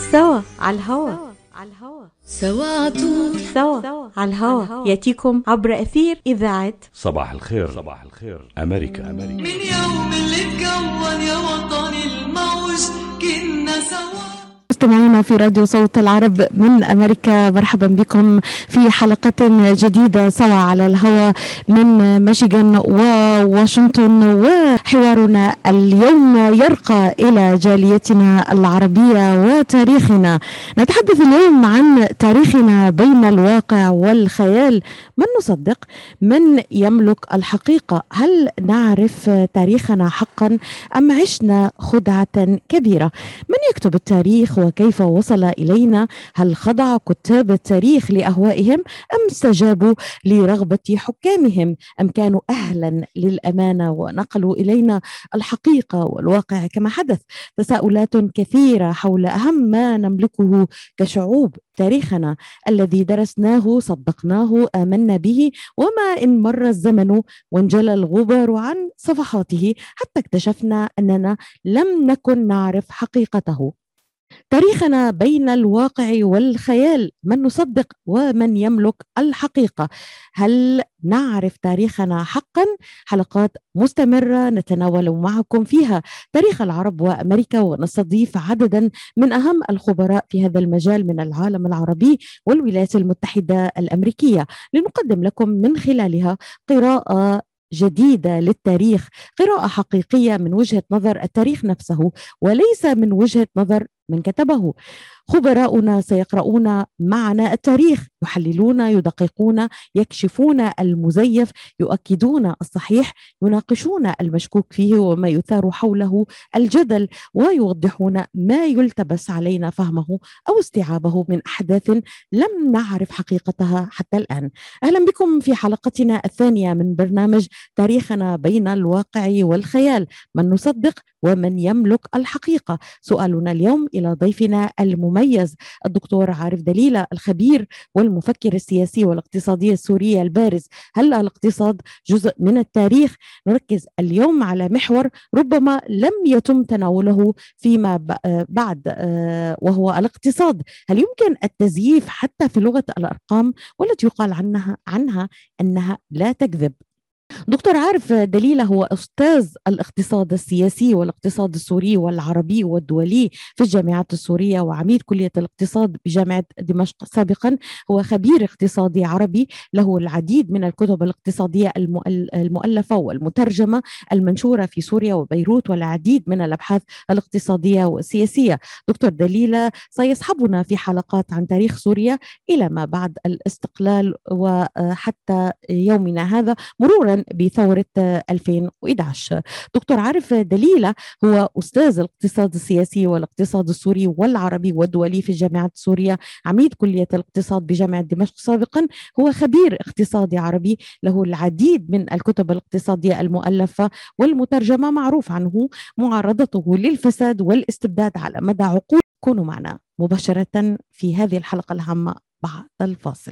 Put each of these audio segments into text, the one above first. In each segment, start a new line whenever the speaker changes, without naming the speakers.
سوا على الهوا،
سوا طول
سوا على الهوا، ياتيكم عبر أثير إذاعة
صباح الخير أمريكا.
من يوم اللي اتكون يا وطني الموج كنا سوا.
مستمعينا في راديو صوت العرب من أمريكا، مرحبا بكم في حلقة جديدة سوا على الهواء من ميشيغان وواشنطن. وحوارنا اليوم يرقى إلى جاليتنا العربية وتاريخنا. نتحدث اليوم عن تاريخنا بين الواقع والخيال. من نصدق؟ من يملك الحقيقة؟ هل نعرف تاريخنا حقا أم عشنا خدعة كبيرة؟ من يكتب التاريخ وكيف وصل إلينا؟ هل خضع كتاب التاريخ لأهوائهم أم استجابوا لرغبة حكامهم أم كانوا أهلا للأمانة ونقلوا إلينا الحقيقة والواقع كما حدث؟ تساؤلات كثيرة حول أهم ما نملكه كشعوب، تاريخنا الذي درسناه صدقناه آمنا به، وما إن مر الزمن وانجلى الغبار عن صفحاته حتى اكتشفنا أننا لم نكن نعرف حقيقته. تاريخنا بين الواقع والخيال، من نصدق ومن يملك الحقيقة؟ هل نعرف تاريخنا حقا؟ حلقات مستمرة نتناول معكم فيها تاريخ العرب وأمريكا، ونستضيف عددا من أهم الخبراء في هذا المجال من العالم العربي والولايات المتحدة الأمريكية، لنقدم لكم من خلالها قراءة جديدة للتاريخ، قراءة حقيقية من وجهة نظر التاريخ نفسه وليس من وجهة نظر من كتبه. خبراؤنا سيقرؤون معنا التاريخ، يحللون، يدققون، يكشفون المزيف، يؤكدون الصحيح، يناقشون المشكوك فيه وما يثار حوله الجدل، ويوضحون ما يلتبس علينا فهمه أو استيعابه من أحداث لم نعرف حقيقتها حتى الآن. أهلا بكم في حلقتنا الثانية من برنامج تاريخنا بين الواقع والخيال، من نصدق ومن يملك الحقيقة. سؤالنا اليوم إلى ضيفنا المميز الدكتور عارف دليلة، الخبير والمفكر السياسي والاقتصادي السوري البارز. هل الاقتصاد جزء من التاريخ؟ نركز اليوم على محور ربما لم يتم تناوله فيما بعد، وهو الاقتصاد. هل يمكن التزييف حتى في لغة الأرقام والتي يقال عنها أنها لا تكذب؟ دكتور عارف دليلة هو أستاذ الاقتصاد السياسي والاقتصاد السوري والعربي والدولي في الجامعات السورية، وعميد كلية الاقتصاد بجامعة دمشق سابقا. هو خبير اقتصادي عربي، له العديد من الكتب الاقتصادية المؤلفة والمترجمة المنشورة في سوريا وبيروت، والعديد من الأبحاث الاقتصادية والسياسية. دكتور دليلة سيصحبنا في حلقات عن تاريخ سوريا إلى ما بعد الاستقلال وحتى يومنا هذا، مرورا بثورة 2011. دكتور عارف دليلة هو أستاذ الاقتصاد السياسي والاقتصاد السوري والعربي والدولي في الجامعة السورية، عميد كلية الاقتصاد بجامعة دمشق سابقا. هو خبير اقتصادي عربي، له العديد من الكتب الاقتصادية المؤلفة والمترجمة، معروف عنه معارضته للفساد والاستبداد على مدى عقود. كونوا معنا مباشرة في هذه الحلقة الهامة بعد الفاصل.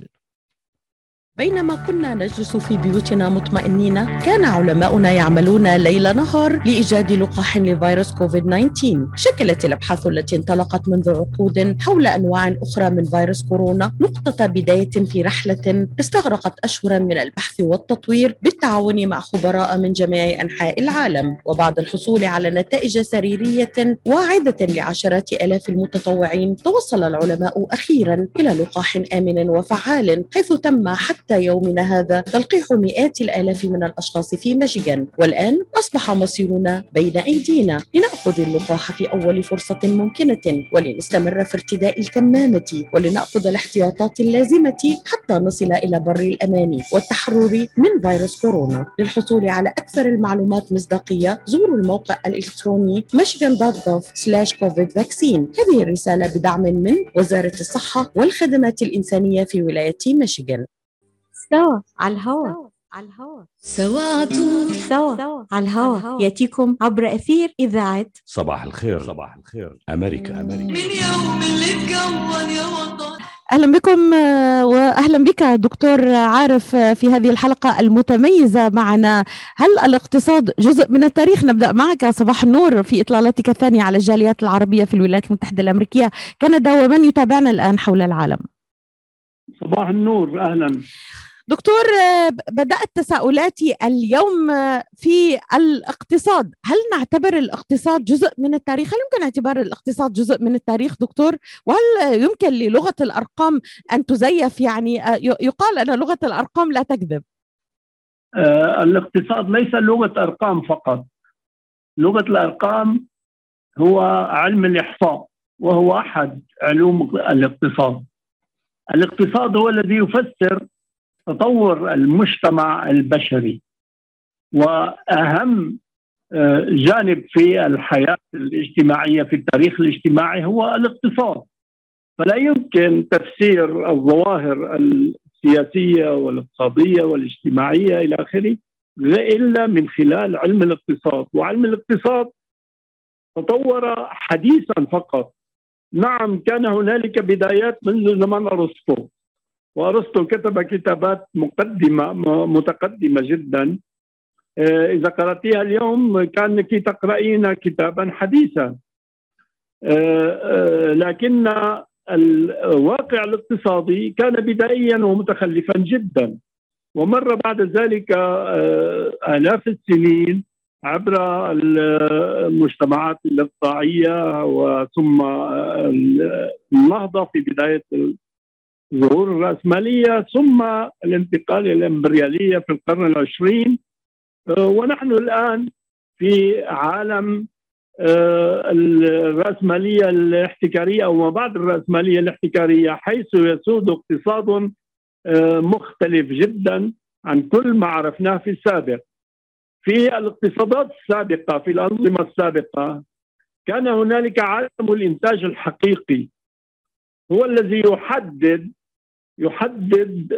بينما كنا نجلس في بيوتنا مطمئنين، كان علماؤنا يعملون ليل نهار لإيجاد لقاح لفيروس كوفيد-19. شكلت الأبحاث التي انطلقت منذ عقود حول أنواع أخرى من فيروس كورونا نقطة بداية في رحلة استغرقت أشهرا من البحث والتطوير بالتعاون مع خبراء من جميع أنحاء العالم. وبعد الحصول على نتائج سريرية واعدة لعشرات آلاف المتطوعين، توصل العلماء أخيرا إلى لقاح آمن وفعال، حيث تم حتى يومنا هذا تلقيح مئات الآلاف من الأشخاص في ميشيغان. والآن أصبح مصيرنا بين أيدينا، لنأخذ اللقاح في أول فرصة ممكنة، ولنستمر في ارتداء الكمامة، ولنأخذ الاحتياطات اللازمة حتى نصل إلى بر الأمان والتحرر من فيروس كورونا. للحصول على أكثر المعلومات مصداقية، زوروا الموقع الإلكتروني michigan.gov/covid-vaccine. هذه الرسالة بدعم من وزارة الصحة والخدمات الإنسانية في ولاية ميشيغان.
سوا على الهوا،
سوا طول
سوا على الهوا، ياتيكم عبر أثير إذاعة
صباح الخير أمريكا.
من يوم اللي اتكون يا وطن.
أهلا بكم وأهلا بك دكتور عارف في هذه الحلقة المتميزة معنا. هل الاقتصاد جزء من التاريخ؟ نبدأ معك. صباح النور في إطلالتك الثانية على الجاليات العربية في الولايات المتحدة الأمريكية، كندا ومن يتابعنا الآن حول العالم.
صباح النور، أهلا
دكتور، بدأت تساؤلاتي اليوم في الاقتصاد. هل نعتبر الاقتصاد جزء من التاريخ؟ هل يمكن اعتبار الاقتصاد جزء من التاريخ دكتور؟ وهل يمكن للغة الأرقام أن تزيف؟ يعني يقال أن لغة الأرقام لا تكذب.
الاقتصاد ليس لغة أرقام فقط. لغة الأرقام هو علم الإحصاء، وهو أحد علوم الاقتصاد. الاقتصاد هو الذي يفسر تطور المجتمع البشري، وأهم جانب في الحياة الاجتماعية في التاريخ الاجتماعي هو الاقتصاد. فلا يمكن تفسير الظواهر السياسية والاقتصادية والاجتماعية إلى آخره إلا من خلال علم الاقتصاد. وعلم الاقتصاد تطور حديثا فقط. نعم، كان هنالك بدايات منذ زمن أرسطو، وأرسطو كتب كتابات متقدمة جدا. إذا قرأتيها اليوم كأنك تقرأين كتابا حديثا، لكن الواقع الاقتصادي كان بدائيا ومتخلفا جدا، ومر بعد ذلك آلاف السنين عبر المجتمعات الإقطاعية، وثم النهضة في بداية ظهور الرأسمالية، ثم الانتقال إلى الإمبريالية في القرن العشرين. ونحن الآن في عالم الرأسمالية الاحتكارية أو ما بعد الرأسمالية الاحتكارية، حيث يسود اقتصاد مختلف جدا عن كل ما عرفناه في السابق. في الاقتصادات السابقة، في الأنظمة السابقة، كان هنالك عالم الإنتاج الحقيقي هو الذي يحدد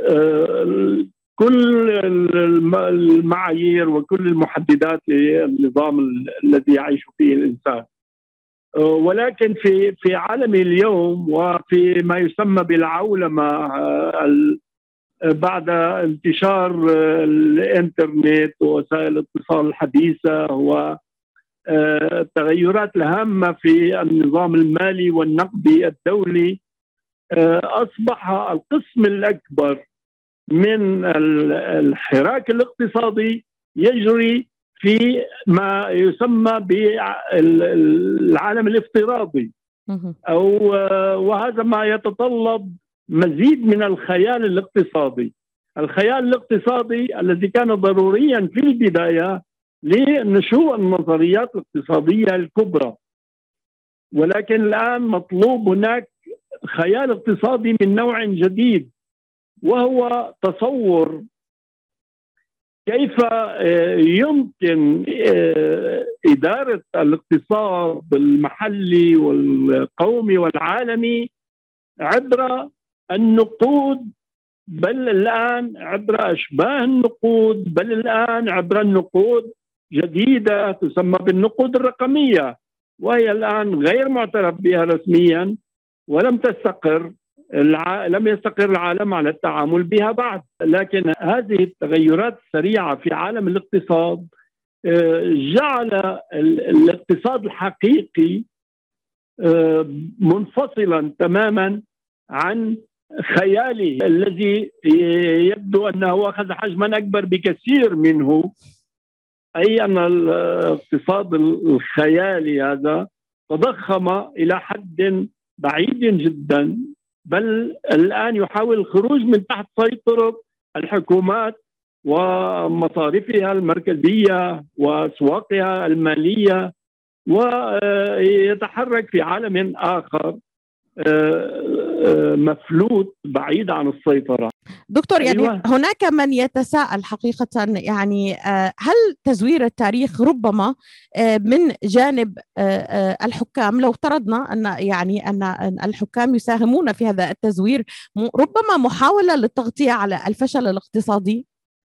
كل المعايير وكل المحددات للنظام الذي يعيش فيه الإنسان. ولكن في عالم اليوم وفي ما يسمى بالعولمة بعد انتشار الإنترنت ووسائل الاتصال الحديثة والتغيرات الهامة في النظام المالي والنقدي الدولي، أصبح القسم الأكبر من الحراك الاقتصادي يجري في ما يسمى بالعالم الافتراضي، وهذا ما يتطلب مزيد من الخيال الاقتصادي. الخيال الاقتصادي الذي كان ضروريا في البداية لنشوء النظريات الاقتصادية الكبرى، ولكن الآن مطلوب هناك خيال اقتصادي من نوع جديد، وهو تصور كيف يمكن إدارة الاقتصاد المحلي والقومي والعالمي عبر النقود، بل الآن عبر أشباه النقود، بل الآن عبر النقود جديدة تسمى بالنقود الرقمية، وهي الآن غير معترف بها رسميا، ولم لم يستقر العالم على التعامل بها بعد. لكن هذه التغيرات السريعة في عالم الاقتصاد جعل الاقتصاد الحقيقي منفصلا تماما عن خياله الذي يبدو أنه أخذ حجما أكبر بكثير منه، أي أن الاقتصاد الخيالي هذا تضخم إلى حد بعيد جدا، بل الآن يحاول الخروج من تحت سيطرة الحكومات ومصارفها المركزية وأسواقها المالية، ويتحرك في عالم آخر مفلوت بعيد عن السيطرة.
دكتور، يعني هناك من يتساءل حقيقة، يعني هل تزوير التاريخ ربما من جانب الحكام، لو افترضنا أن الحكام يساهمون في هذا التزوير، ربما محاولة للتغطية على الفشل الاقتصادي؟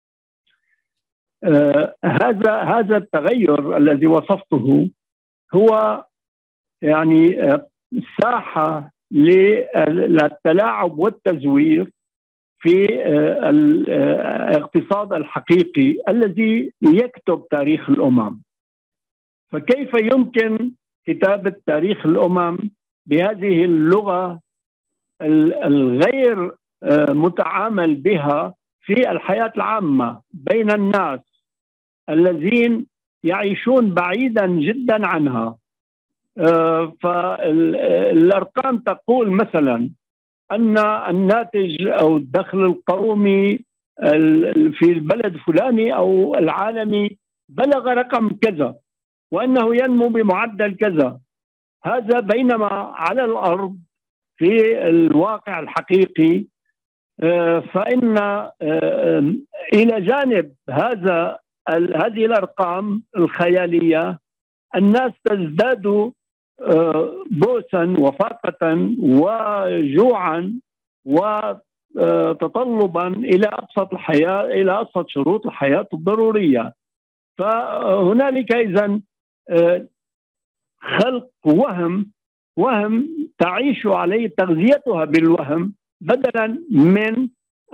هذا التغير الذي وصفته هو يعني ساحة للتلاعب والتزوير في الاقتصاد الحقيقي الذي يكتب تاريخ الأمم. فكيف يمكن كتابة تاريخ الأمم بهذه اللغة الغير متعامل بها في الحياة العامة بين الناس الذين يعيشون بعيدا جدا عنها؟ فالأرقام تقول مثلا أن الناتج أو الدخل القومي في البلد الفلاني أو العالمي بلغ رقم كذا وأنه ينمو بمعدل كذا. هذا بينما على الأرض في الواقع الحقيقي فإن إلى جانب هذه الأرقام الخيالية الناس تزداد بؤسا وفاقة وجوعا وتطلبا إلى أبسط الحياة، إلى أبسط شروط الحياة الضرورية. فهنالك إذن خلق وهم تعيش عليه، تغذيتها بالوهم بدلا من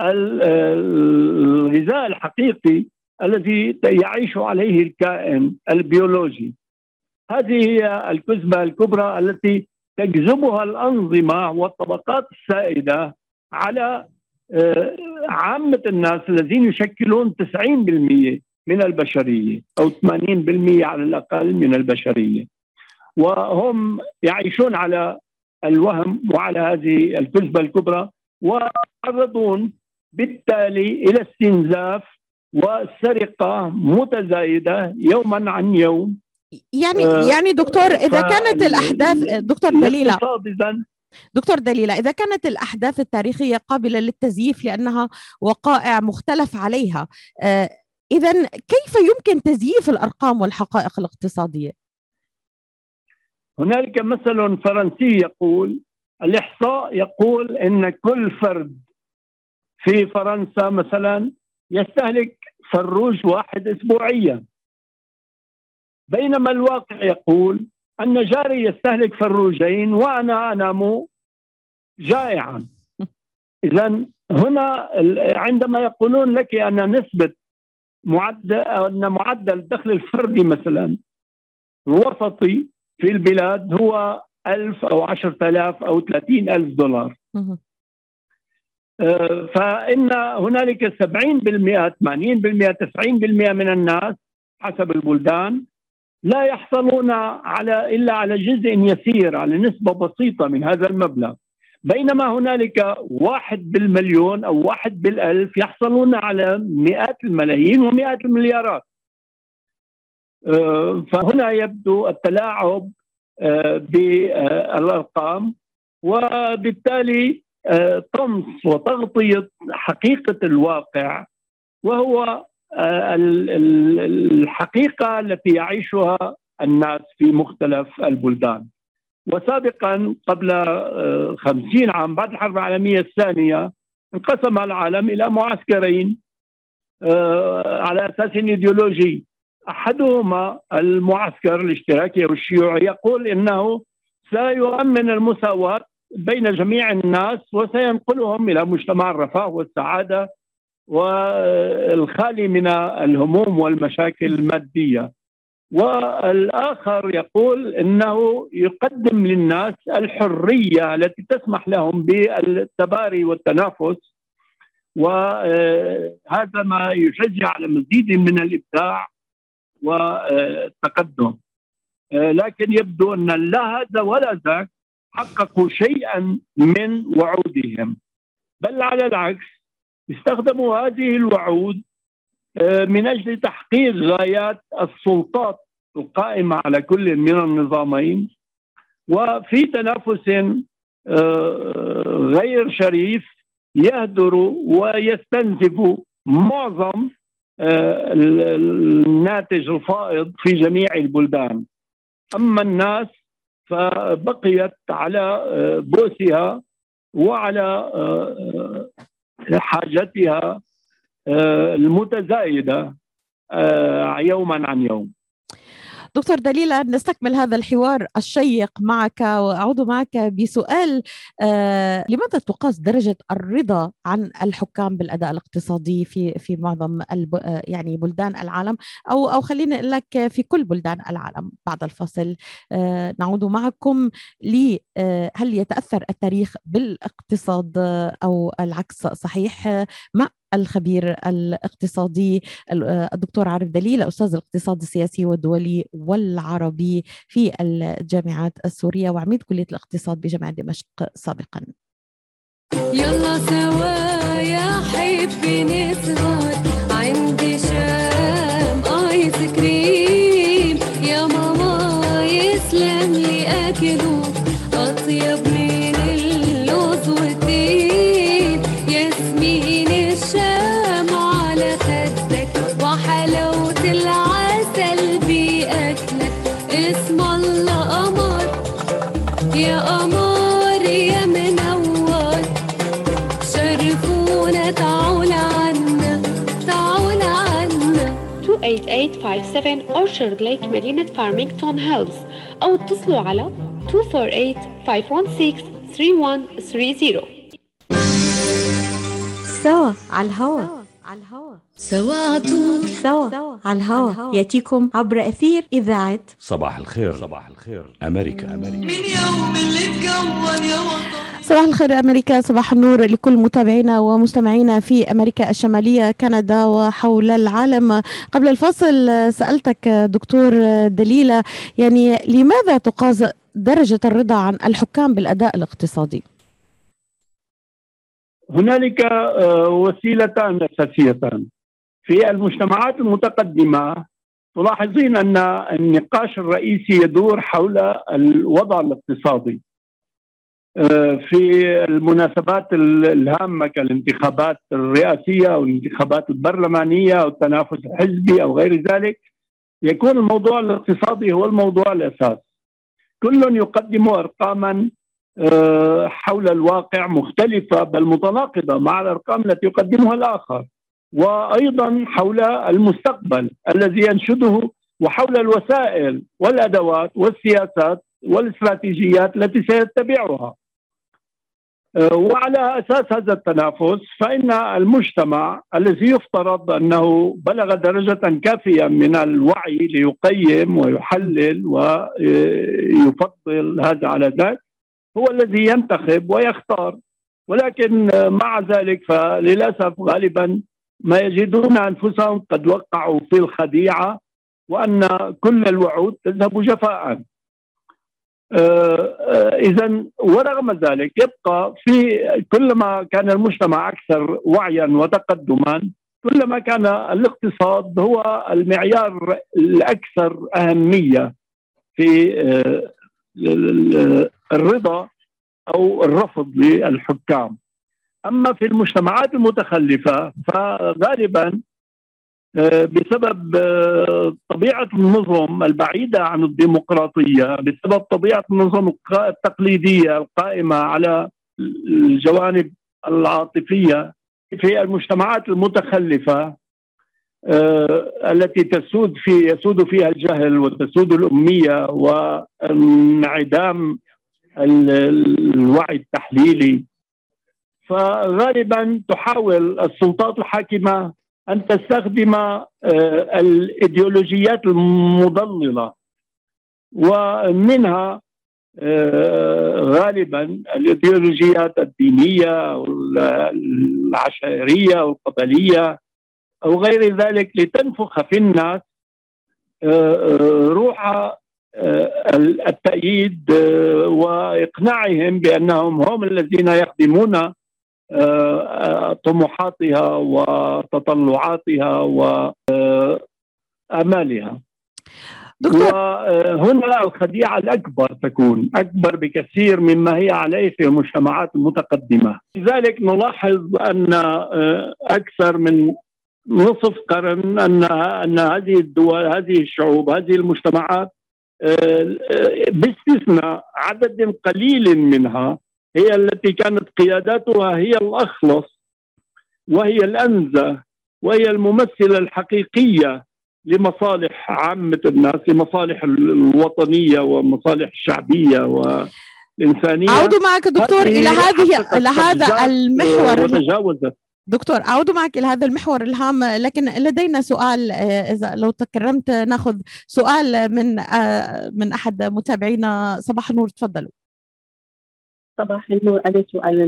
الغذاء الحقيقي الذي يعيش عليه الكائن البيولوجي. هذه هي الكذبة الكبرى التي تجذبها الأنظمة والطبقات السائدة على عامة الناس الذين يشكلون 90% من البشرية أو 80% على الأقل من البشرية، وهم يعيشون على الوهم وعلى هذه الكذبة الكبرى، ويتعرضون بالتالي إلى استنزاف وسرقة متزايدة يوما عن يوم.
يعني دكتور، إذا كانت الأحداث دكتور دليلة إذا كانت الأحداث التاريخية قابلة للتزييف لأنها وقائع مختلف عليها، إذن كيف يمكن تزييف الأرقام والحقائق الاقتصادية؟
هنالك مثل فرنسي يقول، الإحصاء يقول إن كل فرد في فرنسا مثلا يستهلك فروج واحد أسبوعيا، بينما الواقع يقول أن جاري يستهلك فروجين وأنا أنام جائعا. إذن هنا عندما يقولون لك أن نسبة معدل الدخل الفردي مثلا الوسطي في البلاد هو 1000 أو 10,000 أو 30,000 دولار، فإن هنالك 70% 80% 90% من الناس حسب البلدان لا يحصلون إلا على جزء يسير، على نسبة بسيطة من هذا المبلغ، بينما هنالك 1 بالمليون أو 1 بالألف يحصلون على مئات الملايين ومئات المليارات. فهنا يبدو التلاعب بالأرقام، وبالتالي طمس وتغطية حقيقة الواقع، وهو الحقيقة التي يعيشها الناس في مختلف البلدان. وسابقا قبل 50 عام بعد الحرب العالمية الثانية انقسم العالم إلى معسكرين على أساس إيديولوجي. أحدهما المعسكر الاشتراكي أو الشيوعي يقول إنه سيؤمن المساواة بين جميع الناس وسينقلهم إلى مجتمع الرفاه والسعادة والخالي من الهموم والمشاكل المادية. والآخر يقول إنه يقدم للناس الحرية التي تسمح لهم بالتباري والتنافس، وهذا ما يشجع على مزيد من الإبداع والتقدم. لكن يبدو أن لا هذا ولا ذاك حققوا شيئا من وعودهم، بل على العكس استخدموا هذه الوعود من أجل تحقيق غايات السلطات القائمة على كل من النظامين، وفي تنافس غير شريف يهدر ويستنزف معظم الناتج الفائض في جميع البلدان. أما الناس فبقيت على بؤسها وعلى حاجتها المتزايدة يوما عن يوم.
دكتور دليلة، نستكمل هذا الحوار الشيق معك وأعود معك بسؤال لماذا تقاس درجة الرضا عن الحكام بالأداء الاقتصادي في معظم يعني بلدان العالم، أو خلينا نقول لك في كل بلدان العالم؟ بعد الفاصل نعود معكم هل يتأثر التاريخ بالاقتصاد أو العكس صحيح؟ مع الخبير الاقتصادي الدكتور عارف دليل، أستاذ الاقتصاد السياسي والدولي والعربي في الجامعات السورية وعميد كلية الاقتصاد بجامعة دمشق سابقا.
يلا سوا يا حبي نسهر عندي شام آيس كريم، يا ماما يسلم لي أكله أطيب من اللوز والتين، ياسمين الشام على خدك وحلاوة العسل بأكلك، اسم الله قمر يا قمر يا منور، شرفونا تعال عنا تعال عنا.
28857 Orchard Lake Marina Farmington Hills أو اتصلوا على 248-516-3130.
سوا على الهوا،
سوا عطول
سوا على الهوا، يأتيكم عبر أثير إذاعة
صباح الخير أمريكا.
من يوم اللي اتكون يا وطن.
صباح الخير أمريكا، صباح النور لكل متابعينا ومستمعينا في أمريكا الشمالية، كندا وحول العالم. قبل الفاصل سألتك دكتور دليلة، يعني لماذا تقاس درجة الرضا عن الحكام بالأداء الاقتصادي؟
هنالك وسيلتان أساسيتان. في المجتمعات المتقدمة تلاحظين أن النقاش الرئيسي يدور حول الوضع الاقتصادي في المناسبات الهامة كالانتخابات الرئاسية أو الانتخابات البرلمانية أو التنافس الحزبي أو غير ذلك. يكون الموضوع الاقتصادي هو الموضوع الأساس. كل يقدم أرقاما حول الواقع مختلفة بل متناقضة مع الأرقام التي يقدمها الآخر، وأيضا حول المستقبل الذي ينشده، وحول الوسائل والأدوات والسياسات والاستراتيجيات التي سيتبعها. وعلى أساس هذا التنافس فإن المجتمع الذي يفترض أنه بلغ درجة كافية من الوعي ليقيم ويحلل ويفضل هذا على ذاك هو الذي ينتخب ويختار. ولكن مع ذلك فللأسف غالبا ما يجدون أنفسهم قد وقعوا في الخديعة وأن كل الوعود تذهب جفاء. إذن ورغم ذلك يبقى في كلما كان المجتمع أكثر وعيا وتقدما كلما كان الاقتصاد هو المعيار الأكثر أهمية في الرضا أو الرفض للحكام. أما في المجتمعات المتخلفة فغالبا بسبب طبيعة النظم البعيدة عن الديمقراطية، بسبب طبيعة النظم التقليدية القائمة على الجوانب العاطفية في المجتمعات المتخلفة التي يسود فيها الجهل وتسود الأمية وانعدام الوعي التحليلي، فغالبا تحاول السلطات الحاكمة أن تستخدم الإيديولوجيات المضللة، ومنها غالبا الإيديولوجيات الدينية والعشائرية والقبلية أو غير ذلك، لتنفخ في الناس روح التأييد وإقناعهم بأنهم هم الذين يخدمون طموحاتها وتطلعاتها وآمالها. وهنا الخديعة الأكبر تكون أكبر بكثير مما هي عليه في المجتمعات المتقدمة. لذلك نلاحظ أن أكثر من نصف قرن أن هذه الدول، هذه الشعوب، هذه المجتمعات باستثناء عدد قليل منها هي التي كانت قياداتها هي الأخلص وهي الأنزه وهي الممثلة الحقيقية لمصالح عامة الناس، لمصالح الوطنية ومصالح الشعبية والإنسانية.
أعود معك دكتور إلى هذا المحور
وتجاوزت.
دكتور أعود معك إلى هذا المحور الهام، لكن لدينا سؤال، إذا لو تكرمت نأخذ سؤال من أحد متابعينا. صباح النور، تفضلوا.
صباح النور. عليه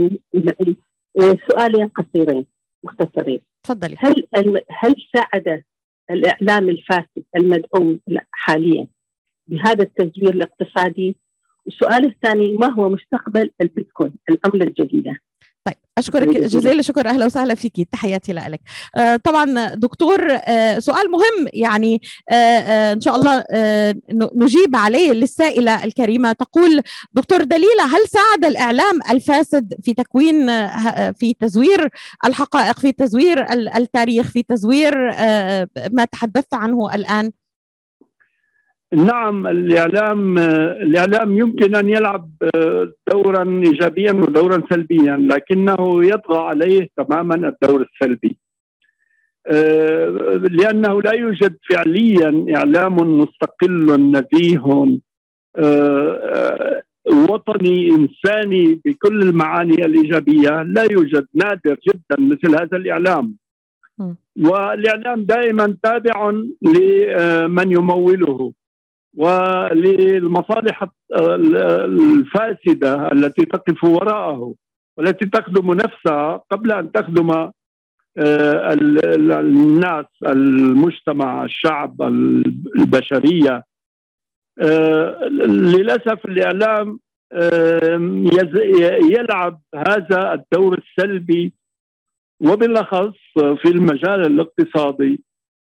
سؤالين قصيرين مختصرين.
تفضلي.
هل ساعد الإعلام الفاسد المدعوم حاليا بهذا التزوير الاقتصادي؟ والسؤال الثاني، ما هو مستقبل البيتكوين العملة الجديدة؟
طيب أشكرك جزيل الشكر، أهلا وسهلا فيكي، تحياتي لك. طبعا دكتور سؤال مهم، يعني إن شاء الله نجيب عليه للسائلة الكريمة. تقول دكتور دليلة، هل ساعد الإعلام الفاسد في تزوير الحقائق، في تزوير التاريخ، في تزوير ما تحدثت عنه الآن؟
نعم، الإعلام يمكن أن يلعب دورا إيجابيا ودورا سلبيا، لكنه يطغى عليه تماما الدور السلبي، لأنه لا يوجد فعليا إعلام مستقل نزيه وطني إنساني بكل المعاني الإيجابية. لا يوجد، نادر جدا مثل هذا الإعلام. والإعلام دائما تابع لمن يموله وللمصالح الفاسدة التي تقف وراءه والتي تخدم نفسها قبل أن تخدم الناس، المجتمع، الشعب، البشرية. للأسف الإعلام يلعب هذا الدور السلبي، وبالأخص في المجال الاقتصادي،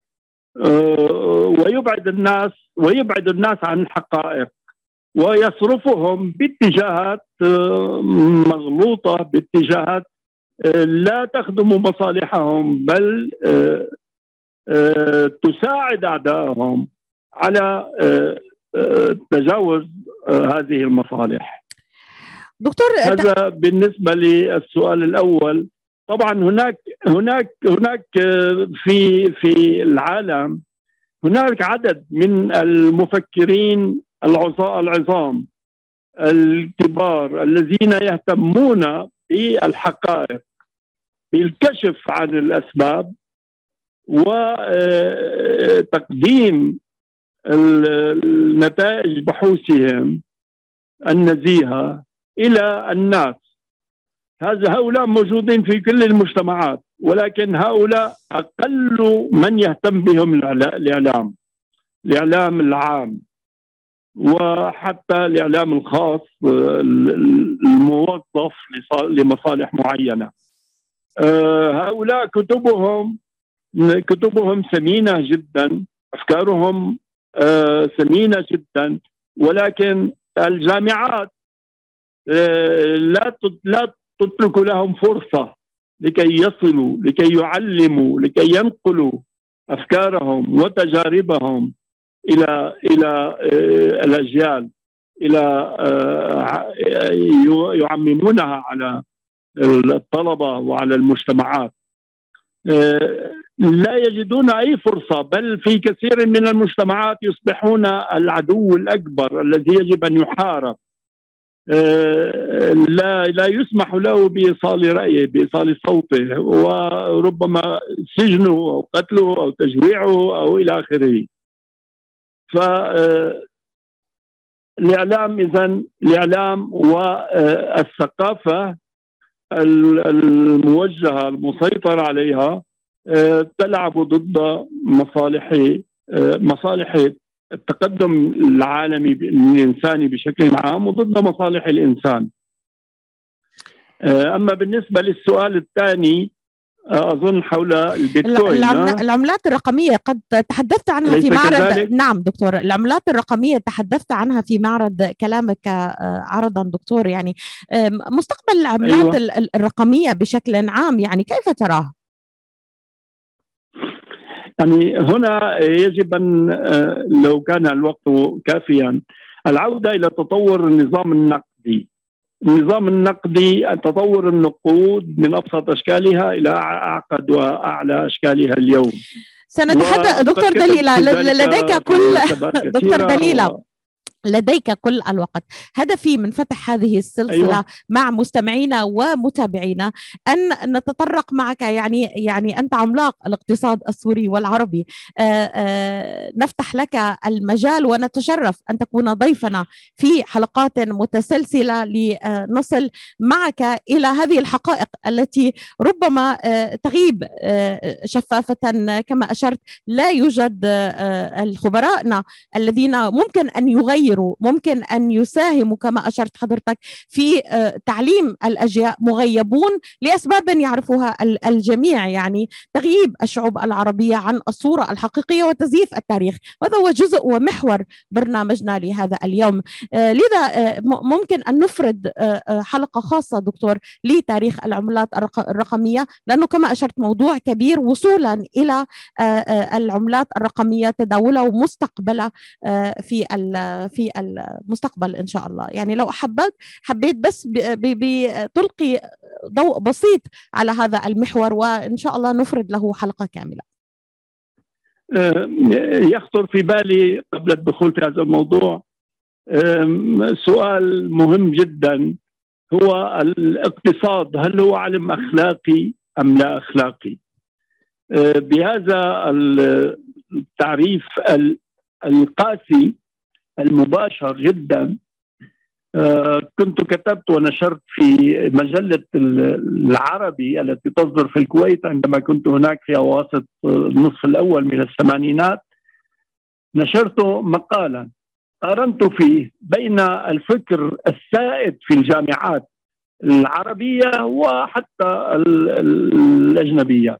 ويبعد الناس عن الحقائق ويصرفهم باتجاهات مغلوطة، باتجاهات لا تخدم مصالحهم، بل تساعد أعدائهم على تجاوز هذه المصالح.
دكتور،
هذا بالنسبة للسؤال الأول. طبعا هناك في العالم هناك عدد من المفكرين العظام الكبار الذين يهتمون بالحقائق، بالكشف عن الأسباب وتقديم النتائج بحوثهم النزيهة إلى الناس. هؤلاء موجودين في كل المجتمعات، ولكن هؤلاء أقل من يهتم بهم الإعلام العام، وحتى الإعلام الخاص الموظف لمصالح معينة. هؤلاء كتبهم ثمينة جدا، أفكارهم ثمينة جدا، ولكن الجامعات لا تترك لهم فرصة لكي يصلوا، لكي يعلموا، لكي ينقلوا أفكارهم وتجاربهم إلى الأجيال، يعممونها على الطلبة وعلى المجتمعات. لا يجدون أي فرصة، بل في كثير من المجتمعات يصبحون العدو الأكبر الذي يجب أن يحارب. لا يسمح له بإيصال رأيه، بإيصال صوته، وربما سجنه أو قتله أو تجويعه أو إلى آخره. الإعلام والثقافة الموجهة المسيطر عليها تلعب ضد مصالح التقدم العالمي الإنساني بشكل عام وضد مصالح الإنسان. أما بالنسبة للسؤال الثاني أظن حول البيتكوين،
العملات الرقمية قد تحدثت عنها في معرض. نعم دكتور، العملات الرقمية تحدثت عنها في معرض كلامك عرضا دكتور، يعني مستقبل العملات الرقمية بشكل عام يعني كيف تراه؟
يعني هنا يجب أن لو كان الوقت كافيا العودة إلى تطور النظام النقدي، تطور النقود من أبسط أشكالها إلى أعقد وأعلى أشكالها اليوم.
سنتحدث دكتور دليلة، لديك كل دكتور دليلة لديك كل الوقت. هدفي من فتح هذه السلسلة مع مستمعينا ومتابعينا أن نتطرق معك، يعني أنت عملاق الاقتصاد السوري والعربي، نفتح لك المجال ونتشرف أن تكون ضيفنا في حلقات متسلسلة لنصل معك إلى هذه الحقائق التي ربما تغيب شفافة. كما أشرت، لا يوجد الخبراء الذين ممكن أن يغيروا، ممكن أن يساهموا كما أشرت حضرتك في تعليم الأجيال، مغيبون لأسباب يعرفها الجميع، يعني تغييب الشعوب العربية عن الصورة الحقيقية وتزييف التاريخ. هذا هو جزء ومحور برنامجنا لهذا اليوم. لذا ممكن أن نفرد حلقة خاصة دكتور لتاريخ العملات الرقمية، لأنه كما أشرت موضوع كبير وصولا إلى العملات الرقمية، تداولها ومستقبلها في المستقبل إن شاء الله. يعني لو حبيت بس بتلقي ضوء بسيط على هذا المحور، وإن شاء الله نفرد له حلقة كاملة.
يخطر في بالي قبل الدخول في هذا الموضوع سؤال مهم جدا، هو الاقتصاد هل هو علم أخلاقي أم لا أخلاقي؟ بهذا التعريف القاسي المباشر جدا كنت كتبت ونشرت في مجلة العربي التي تصدر في الكويت عندما كنت هناك في أواسط النصف الأول من الثمانينات. نشرت مقالا قارنت فيه بين الفكر السائد في الجامعات العربية وحتى الأجنبية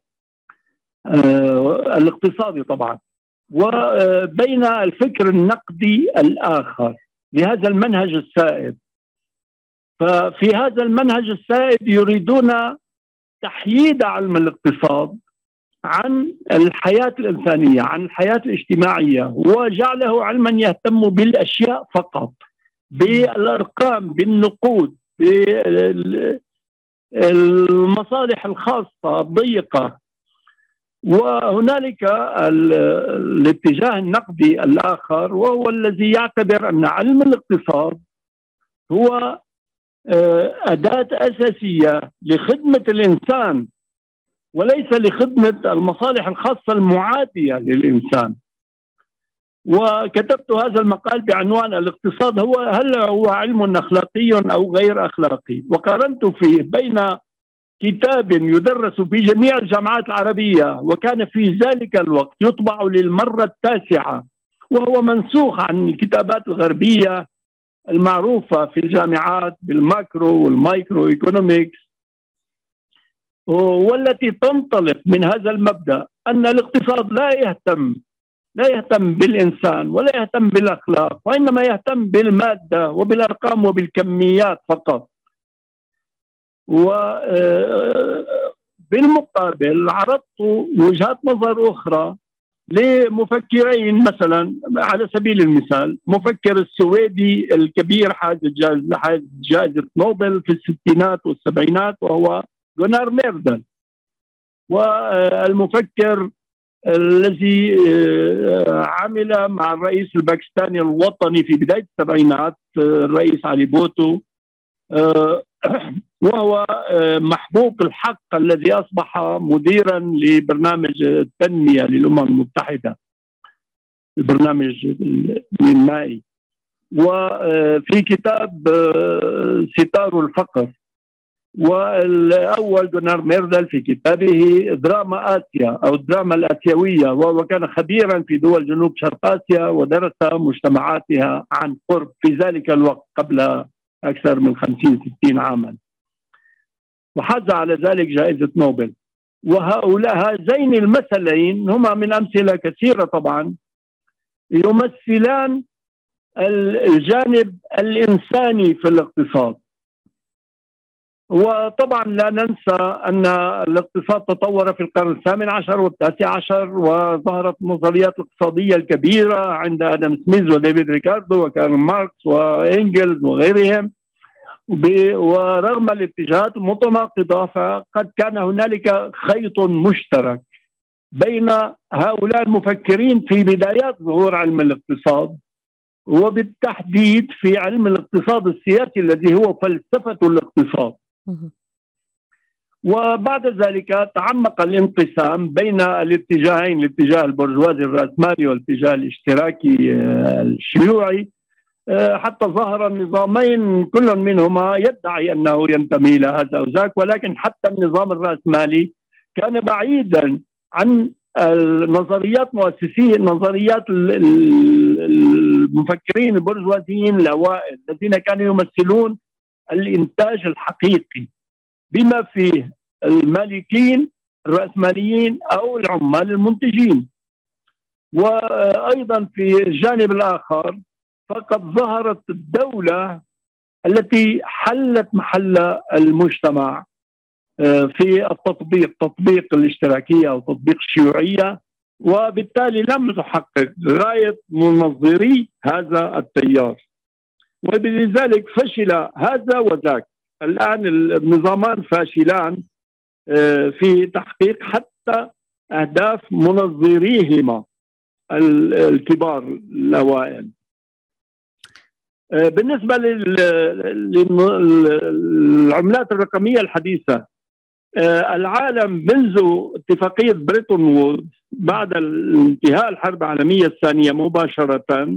الاقتصادي طبعا، وبين الفكر النقدي الآخر لهذا المنهج السائد. ففي هذا المنهج السائد يريدون تحييد علم الاقتصاد عن الحياة الإنسانية، عن الحياة الاجتماعية، وجعله علما يهتم بالأشياء فقط، بالأرقام، بالنقود، بالمصالح الخاصة الضيقة. وهنالك الاتجاه النقدي الآخر، وهو الذي يعتبر أن علم الاقتصاد هو أداة أساسية لخدمة الإنسان وليس لخدمة المصالح الخاصة المعادية للإنسان. وكتبت هذا المقال بعنوان الاقتصاد هل هو علم أخلاقي أو غير أخلاقي، وقارنت فيه بين كتاب يدرس في جميع الجامعات العربية وكان في ذلك الوقت يطبع للمرة 9، وهو منسوخ عن الكتابات الغربية المعروفة في الجامعات بالماكرو والمايكرو ايكونوميكس، والتي تنطلق من هذا المبدأ أن الاقتصاد لا يهتم بالإنسان ولا يهتم بالأخلاق، وإنما يهتم بالمادة وبالأرقام وبالكميات فقط. وبالمقابل عرضت وجهات نظر أخرى لمفكرين، مثلا على سبيل المثال مفكر السويدي الكبير حاز جائزة نوبل في الستينات والسبعينات وهو جونار ميردل، والمفكر الذي عمل مع الرئيس الباكستاني الوطني في بداية السبعينات الرئيس علي بوتو، وهو محبوب الحق الذي أصبح مديرا لبرنامج التنمية للأمم المتحدة، البرنامج المائي. وفي كتاب ستار الفقر، والأول جونار ميردل في كتابه دراما آسيا أو الدراما الآسيوية، وهو كان خبيرا في دول جنوب شرق آسيا ودرس مجتمعاتها عن قرب في ذلك الوقت قبل أكثر من 50-60 عاما، وحاز على ذلك جائزة نوبل. هذين المثلين هما من أمثلة كثيرة طبعا يمثلان الجانب الإنساني في الاقتصاد. وطبعا لا ننسى أن الاقتصاد تطور في القرن ال18 وال19، وظهرت النظريات الاقتصادية الكبيرة عند آدم سميث وديفيد ريكاردو وكارل ماركس وإنجلز وغيرهم. ورغم الاتجاهات المتناقضة فقد كان هنالك خيط مشترك بين هؤلاء المفكرين في بدايات ظهور علم الاقتصاد، وبالتحديد في علم الاقتصاد السياسي الذي هو فلسفة الاقتصاد. وبعد ذلك تعمق الانقسام بين الاتجاهين، الاتجاه البرجوازي الرأسمالي والاتجاه الاشتراكي الشيوعي، حتى ظهر النظامين كل منهما يدعي أنه ينتمي إلى هذا أو ذاك، ولكن حتى النظام الرأسمالي كان بعيدا عن النظريات نظريات المفكرين البرجوازيين الأوائل الذين كانوا يمثلون الإنتاج الحقيقي، بما فيه المالكين الرأسماليين أو العمال المنتجين. وأيضا في الجانب الآخر فقد ظهرت الدولة التي حلت محل المجتمع في تطبيق الاشتراكية أو تطبيق الشيوعية، وبالتالي لم تحقق غاية منظري هذا التيار، وبذلك فشل هذا وذاك. الآن النظامان فاشلان في تحقيق حتى أهداف منظريهما الكبار الأوائل. بالنسبة للعملات الرقمية الحديثة، العالم منذ اتفاقية بريتون وودز بعد انتهاء الحرب العالمية الثانية مباشرة،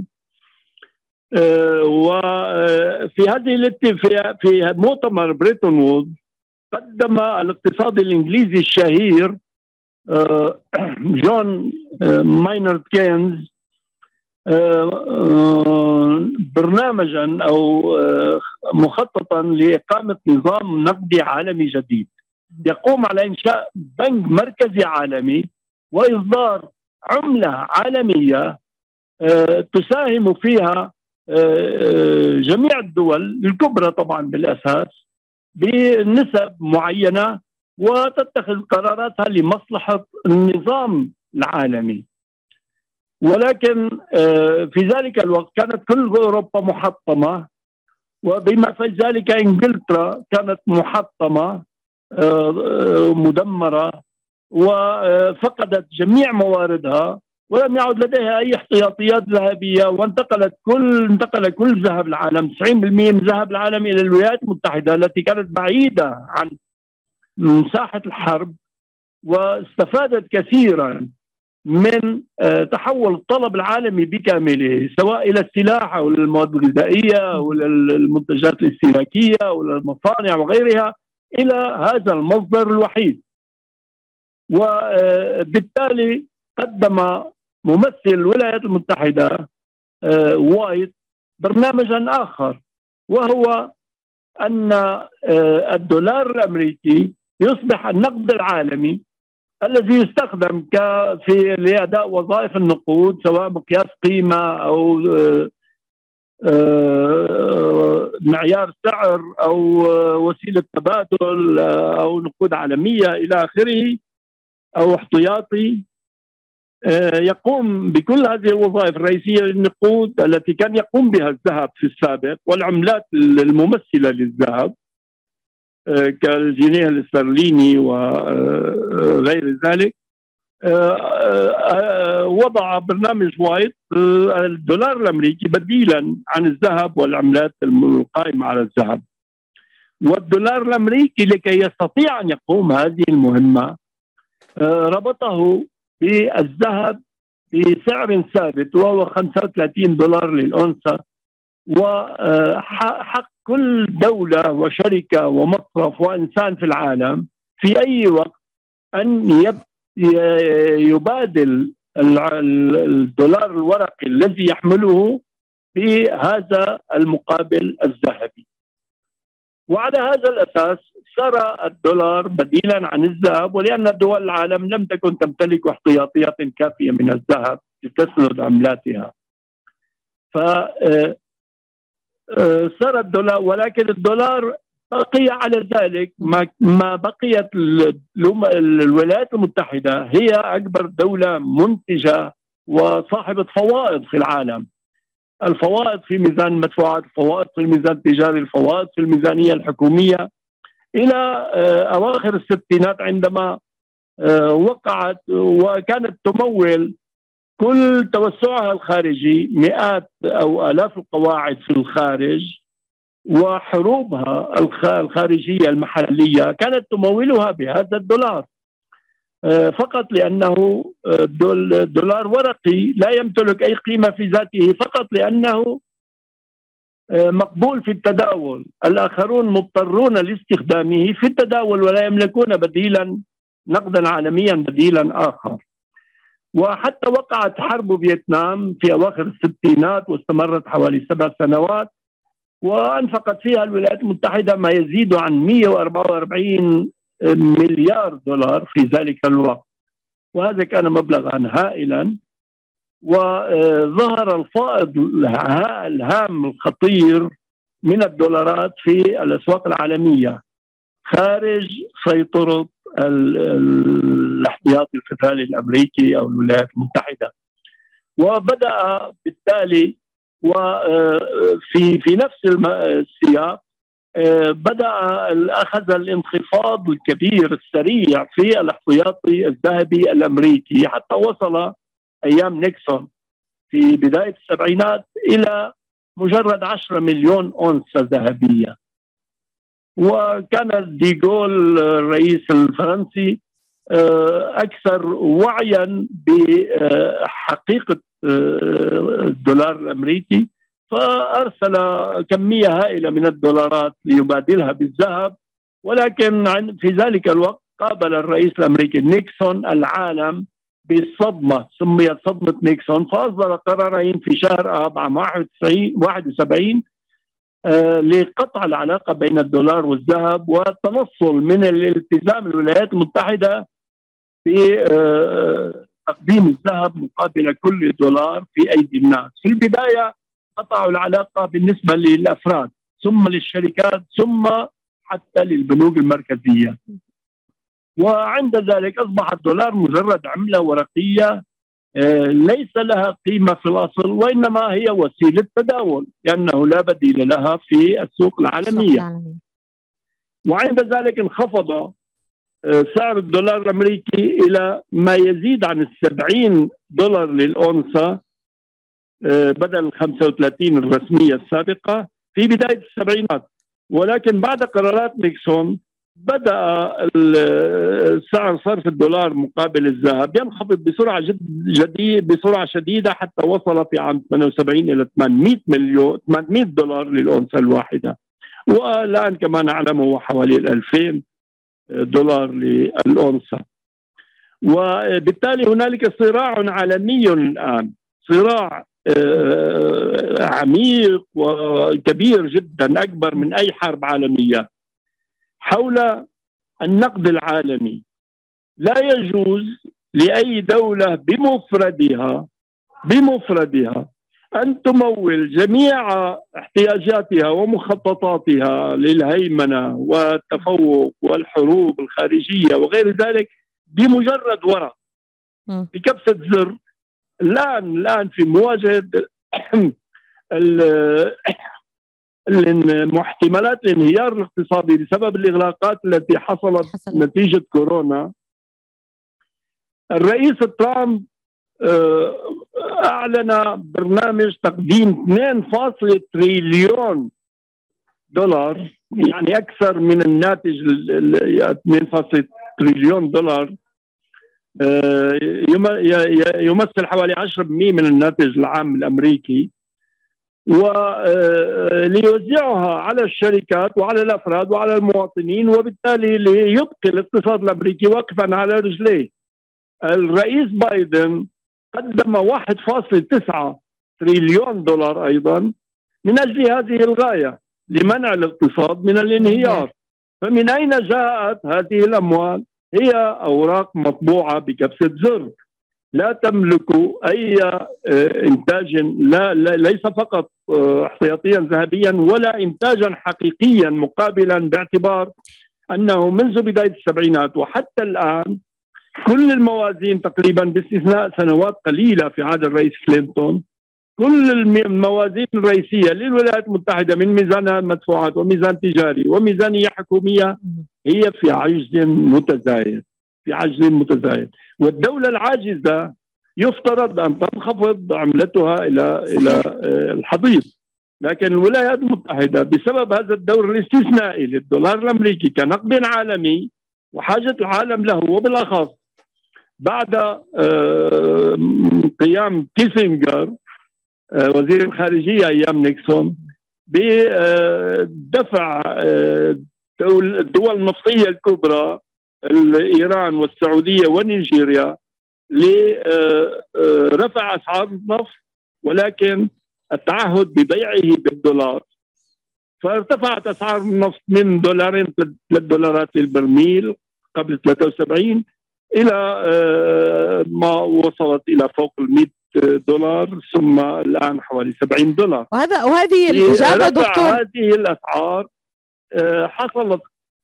وفي هذه في مؤتمر بريتون وودز قدم الاقتصادي الإنجليزي الشهير جون ماينارد كينز برنامجا أو مخططا لإقامة نظام نقدي عالمي جديد يقوم على إنشاء بنك مركزي عالمي وإصدار عملة عالمية تساهم فيها جميع الدول الكبرى طبعا بالأساس بنسب معينة، وتتخذ قراراتها لمصلحة النظام العالمي. ولكن في ذلك الوقت كانت كل أوروبا محطمة، وبما في ذلك إنجلترا كانت محطمة مدمرة وفقدت جميع مواردها، ولم يعد لديها أي احتياطيات ذهبية، وانتقل كل ذهب العالم 90% من ذهب العالم إلى الولايات المتحدة التي كانت بعيدة عن مساحة الحرب، واستفادت كثيرا من تحول الطلب العالمي بكامله، سواء إلى السلاح أو المواد الغذائية أو المنتجات الاستهلاكية أو المصانع وغيرها، إلى هذا المصدر الوحيد. وبالتالي قدم ممثل الولايات المتحدة وايت برنامجا آخر، وهو أن الدولار الأمريكي يصبح النقد العالمي الذي يستخدم في لأداء وظائف النقود، سواء مقياس قيمة أو معيار سعر أو وسيلة تبادل أو نقود عالمية إلى آخره، أو احتياطي، يقوم بكل هذه الوظائف الرئيسية للنقود التي كان يقوم بها الذهب في السابق والعملات الممثلة للذهب كالجنيه الاسترليني وغير ذلك. وضع برنامج وايت الدولار الأمريكي بديلا عن الذهب والعملات القائمة على الذهب. والدولار الأمريكي لكي يستطيع أن يقوم هذه المهمة ربطه بالذهب بسعر ثابت وهو $35 للأونصة، وحق كل دولة وشركة ومصرف وإنسان في العالم في أي وقت أن يبادل الدولار الورقي الذي يحمله بهذا المقابل الذهبي. وعلى هذا الأساس صار الدولار بديلا عن الذهب، ولأن دول العالم لم تكن تمتلك احتياطيات كافية من الذهب لتسند عملاتها، فصار الدولار. ولكن الدولار بقي على ذلك، ما بقيت الولايات المتحدة هي أكبر دولة منتجة وصاحبة فوائد في العالم، الفوائد في ميزان المدفوعات، الفوائد في الميزان التجاري، الفوائد في الميزانية الحكومية، إلى أواخر الستينات عندما وقعت وكانت تمول كل توسعها الخارجي مئات أو آلاف القواعد في الخارج، وحروبها الخارجية المحلية كانت تمولها بهذا الدولار، فقط لأنه دولار ورقي لا يمتلك أي قيمة في ذاته، فقط لأنه مقبول في التداول. الآخرون مضطرون لاستخدامه في التداول ولا يملكون بديلا نقدا عالميا بديلا آخر. وحتى وقعت حرب فيتنام في أواخر الستينات واستمرت حوالي 7 سنوات، وأنفقت فيها الولايات المتحدة ما يزيد عن 144 مليار دولار في ذلك الوقت، وهذا كان مبلغا هائلا. وظهر الفائض الهام الخطير من الدولارات في الأسواق العالمية خارج سيطرة الاحتياطي الفدرالي الأمريكي أو الولايات المتحدة. وبدأ بالتالي وفي نفس السياق بدأ أخذ الانخفاض الكبير السريع في الاحتياطي الذهبي الأمريكي حتى وصل أيام نيكسون في بداية السبعينات إلى مجرد 10 مليون أونصة ذهبية. وكان ديغول الرئيس الفرنسي أكثر وعيا بحقيقة الدولار الأمريكي، فأرسل كمية هائلة من الدولارات ليبادلها بالذهب. ولكن في ذلك الوقت قابل الرئيس الأمريكي نيكسون العالم بالصدمة، سميت صدمة نيكسون، فأصدر قرارين في شهر آب عام 71 لقطع العلاقة بين الدولار والذهب والتنصل من الالتزام الولايات المتحدة بتقديم الذهب مقابل كل دولار في أيدي الناس. في البداية قطعوا العلاقة بالنسبة للأفراد، ثم للشركات، ثم حتى للبنوك المركزية. وعند ذلك أصبح الدولار مجرد عملة ورقية ليس لها قيمة في الأصل، وإنما هي وسيلة تداول لأنه لا بديل لها في السوق العالمية. وعند ذلك انخفض سعر الدولار الأمريكي إلى ما يزيد عن 70 دولار للأونصة بدل 35 الرسمية السابقة في بداية السبعينات. ولكن بعد قرارات نيكسون بدأ سعر صرف الدولار مقابل الذهب ينخفض بسرعة شديدة حتى وصل في عام 78 إلى 800 دولار للأونصة الواحدة، والآن كما نعلم هو حوالي 2000 دولار للأونصة. وبالتالي هنالك صراع عالمي الآن، صراع عميق وكبير جدا أكبر من أي حرب عالمية حول النقد العالمي. لا يجوز لأي دولة بمفردها أن تمول جميع احتياجاتها ومخططاتها للهيمنة والتفوق والحروب الخارجية وغير ذلك بمجرد ورق بكبسة زر. الآن في مواجهة محتملات الانهيار الاقتصادي بسبب الإغلاقات التي حصلت نتيجة كورونا، الرئيس ترامب أعلن برنامج تقديم 2 تريليون دولار، يعني أكثر من الناتج 2 تريليون دولار يمثل حوالي 10% من الناتج العام الأمريكي، وليوزعها على الشركات وعلى الأفراد وعلى المواطنين، وبالتالي ليبقي الاقتصاد الأمريكي واقفا على رجليه. الرئيس بايدن قدم 1.9 تريليون دولار أيضا من أجل هذه الغاية لمنع الاقتصاد من الانهيار. فمن أين جاءت هذه الأموال؟ هي أوراق مطبوعة بكبسة زر، لا تملك أي إنتاج، ليس فقط احتياطيا ذهبيا ولا إنتاجا حقيقيا مقابلا، باعتبار أنه منذ بداية السبعينات وحتى الآن كل الموازين تقريبا باستثناء سنوات قليلة في عهد الرئيس كلينتون، كل الموازين الرئيسية للولايات المتحدة من ميزان مدفوعات وميزان تجاري وميزانية حكومية هي في عجز متزايد. في عجز متزايد. والدولة العاجزة يفترض أن تنخفض عملتها إلى الحضيض، لكن الولايات المتحدة بسبب هذا الدور الاستثنائي للدولار الأمريكي كنقد عالمي وحاجة العالم له، وبالأخص بعد قيام كيسنجر وزير الخارجية أيام نيكسون بدفع الدول النفطية الكبرى إيران والسعودية ونيجيريا لرفع أسعار النفط، ولكن التعهد ببيعه بالدولار، فارتفعت أسعار النفط من $2 $3 للبرميل قبل 73 إلى ما وصلت إلى فوق $100 ثم الآن حوالي $70.
وهذه الإجابة دكتور،
هذه الأسعار حصلت.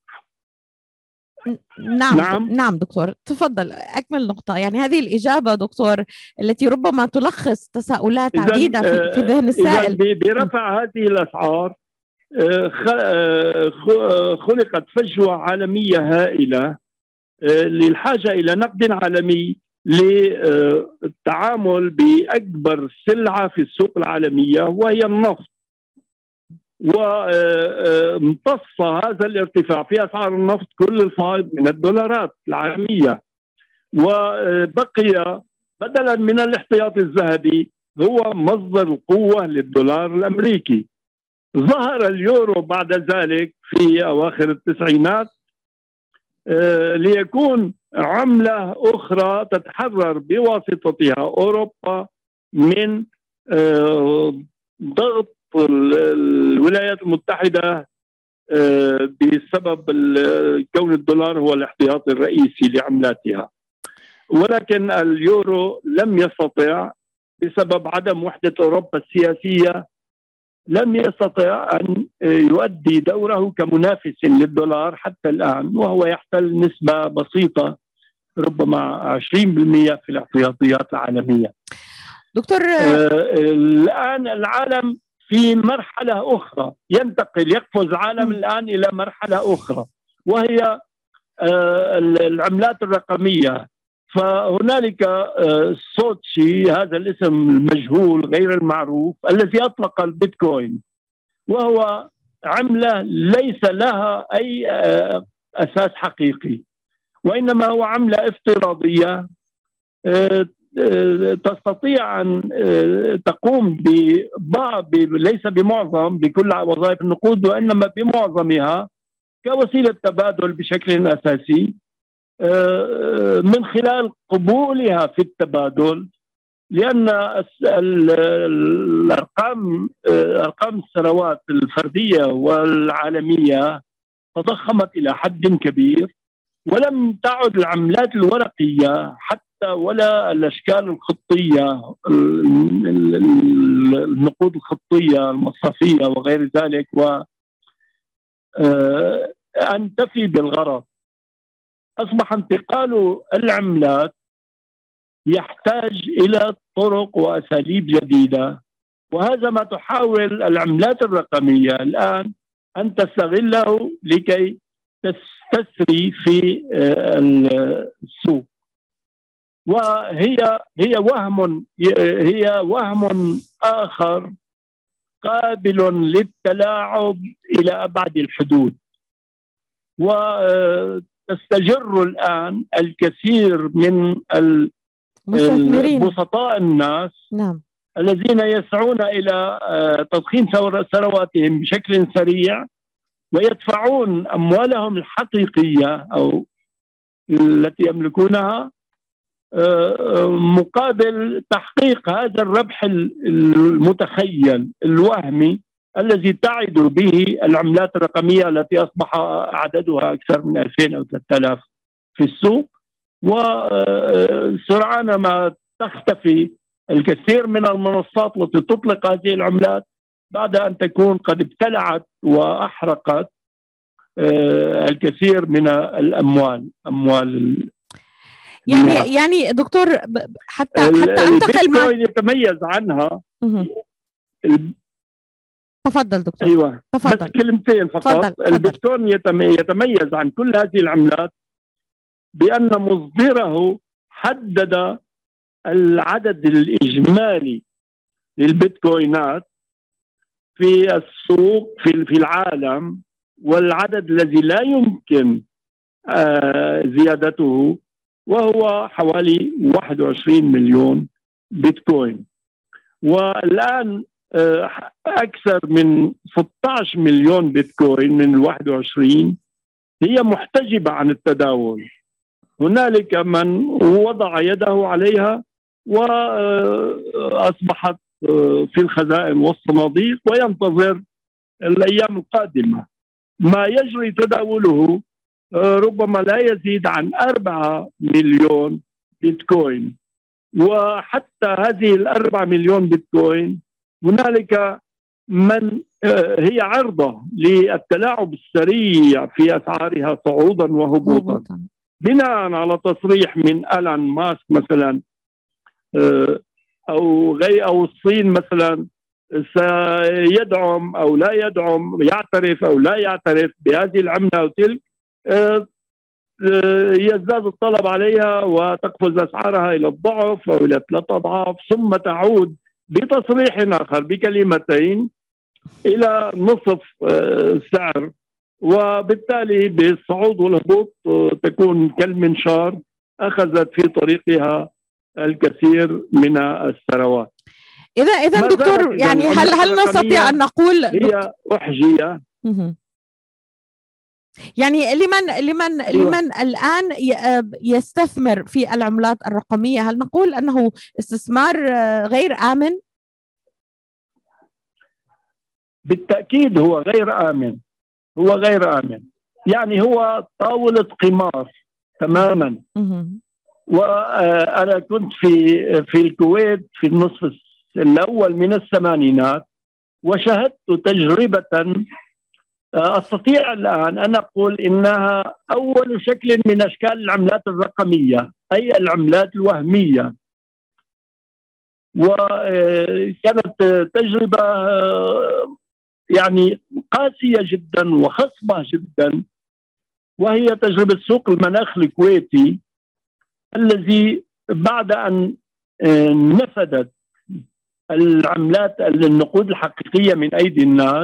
نعم دكتور، تفضل أكمل نقطة. يعني هذه الإجابة دكتور التي ربما تلخص تساؤلات عديدة في ذهن السائل.
برفع هذه الأسعار خلقت فجوة عالمية هائلة للحاجة إلى نقد عالمي للتعامل بأكبر سلعة في السوق العالمية وهي النفط. وامتص هذا الارتفاع في أسعار النفط كل الفائض من الدولارات العالمية، وبقي بدلا من الاحتياطي الذهبي هو مصدر القوة للدولار الأمريكي. ظهر اليورو بعد ذلك في أواخر التسعينات ليكون عملة أخرى تتحرر بواسطتها أوروبا من ضغط الولايات المتحدة بسبب كون الدولار هو الاحتياطي الرئيسي لعملاتها. ولكن اليورو لم يستطع بسبب عدم وحدة أوروبا السياسية، لم يستطع أن يؤدي دوره كمنافس للدولار حتى الآن، وهو يحتل نسبة بسيطة ربما 20% في الاحتياطيات العالمية.
دكتور
الآن العالم في مرحلة أخرى، يقفز العالم الآن إلى مرحلة أخرى وهي العملات الرقمية. فهنالك سوتشي، هذا الاسم المجهول غير المعروف، الذي أطلق البيتكوين، وهو عملة ليس لها أي أساس حقيقي، وإنما هو عملة افتراضية تستطيع أن تقوم ليس بمعظم بكل وظائف النقود، وإنما بمعظمها كوسيلة تبادل بشكل أساسي من خلال قبولها في التبادل، لأن أرقام الثروات الفردية والعالمية تضخمت إلى حد كبير، ولم تعد العملات الورقية حتى ولا الأشكال الخطية، النقود الخطية المصرفية وغير ذلك، أن تفي بالغرض. أصبح انتقال العملات يحتاج إلى طرق وأساليب جديدة، وهذا ما تحاول العملات الرقمية الآن أن تستغله لكي تسري في السوق. وهي وهم آخر قابل للتلاعب إلى أبعد الحدود، وتستجر الآن الكثير من بسطاء الناس الذين يسعون إلى تضخيم ثرواتهم بشكل سريع، ويدفعون أموالهم الحقيقية أو التي يملكونها مقابل تحقيق هذا الربح المتخيل الوهمي الذي تعد به العملات الرقمية التي أصبح عددها أكثر من 2000 أو 3000 في السوق. وسرعان ما تختفي الكثير من المنصات التي تطلق هذه العملات بعد أن تكون قد ابتلعت وأحرقت الكثير من أموال
يعني دكتور حتى أنتقل
يتميز عنها.
تفضل دكتور.
أيوة
تفضل.
بس كلمتين فقط. البيتكوين يتميز عن كل هذه العملات بأن مصدره حدد العدد الإجمالي للبيتكوينات في السوق في العالم، والعدد الذي لا يمكن زيادته، وهو حوالي 21 مليون بيتكوين. والآن أكثر من 16 مليون بيتكوين من 21 هي محتجبة عن التداول. هنالك من وضع يده عليها وأصبحت في الخزائن والصناديق وينتظر الأيام القادمة. ما يجري تداوله ربما لا يزيد عن 4 مليون بيتكوين، وحتى هذه 4 مليون بيتكوين هنالك من هي عرضة للتلاعب السريع في أسعارها صعودا وهبوطا، بناء على تصريح من ألان ماسك مثلا أو الصين مثلا سيدعم أو لا يدعم، يعترف أو لا يعترف بهذه العملة أو تلك، يزداد الطلب عليها وتقفز أسعارها إلى الضعف أو إلى 3 أضعاف، ثم تعود بتصريح آخر بكلمتين إلى نصف السعر، وبالتالي بالصعود والهبوط تكون كالمنشار أخذت في طريقها الكثير من الثروات.
إذا دكتور، يعني هل نستطيع أن نقول
هي أحجية؟
يعني لمن الآن يستثمر في العملات الرقمية، هل نقول أنه استثمار غير آمن؟
بالتأكيد هو غير آمن، هو غير آمن، يعني هو طاولة قمار تماما. وأنا كنت في الكويت في النصف الأول من الثمانينات، وشاهدت تجربة أستطيع الآن أن أقول إنها أول شكل من أشكال العملات الرقمية، أي العملات الوهمية. وكانت تجربة يعني قاسية جدا وخصبة جدا، وهي تجربة سوق المناخ الكويتي الذي بعد أن نفدت العملات النقود الحقيقية من أيدي الناس،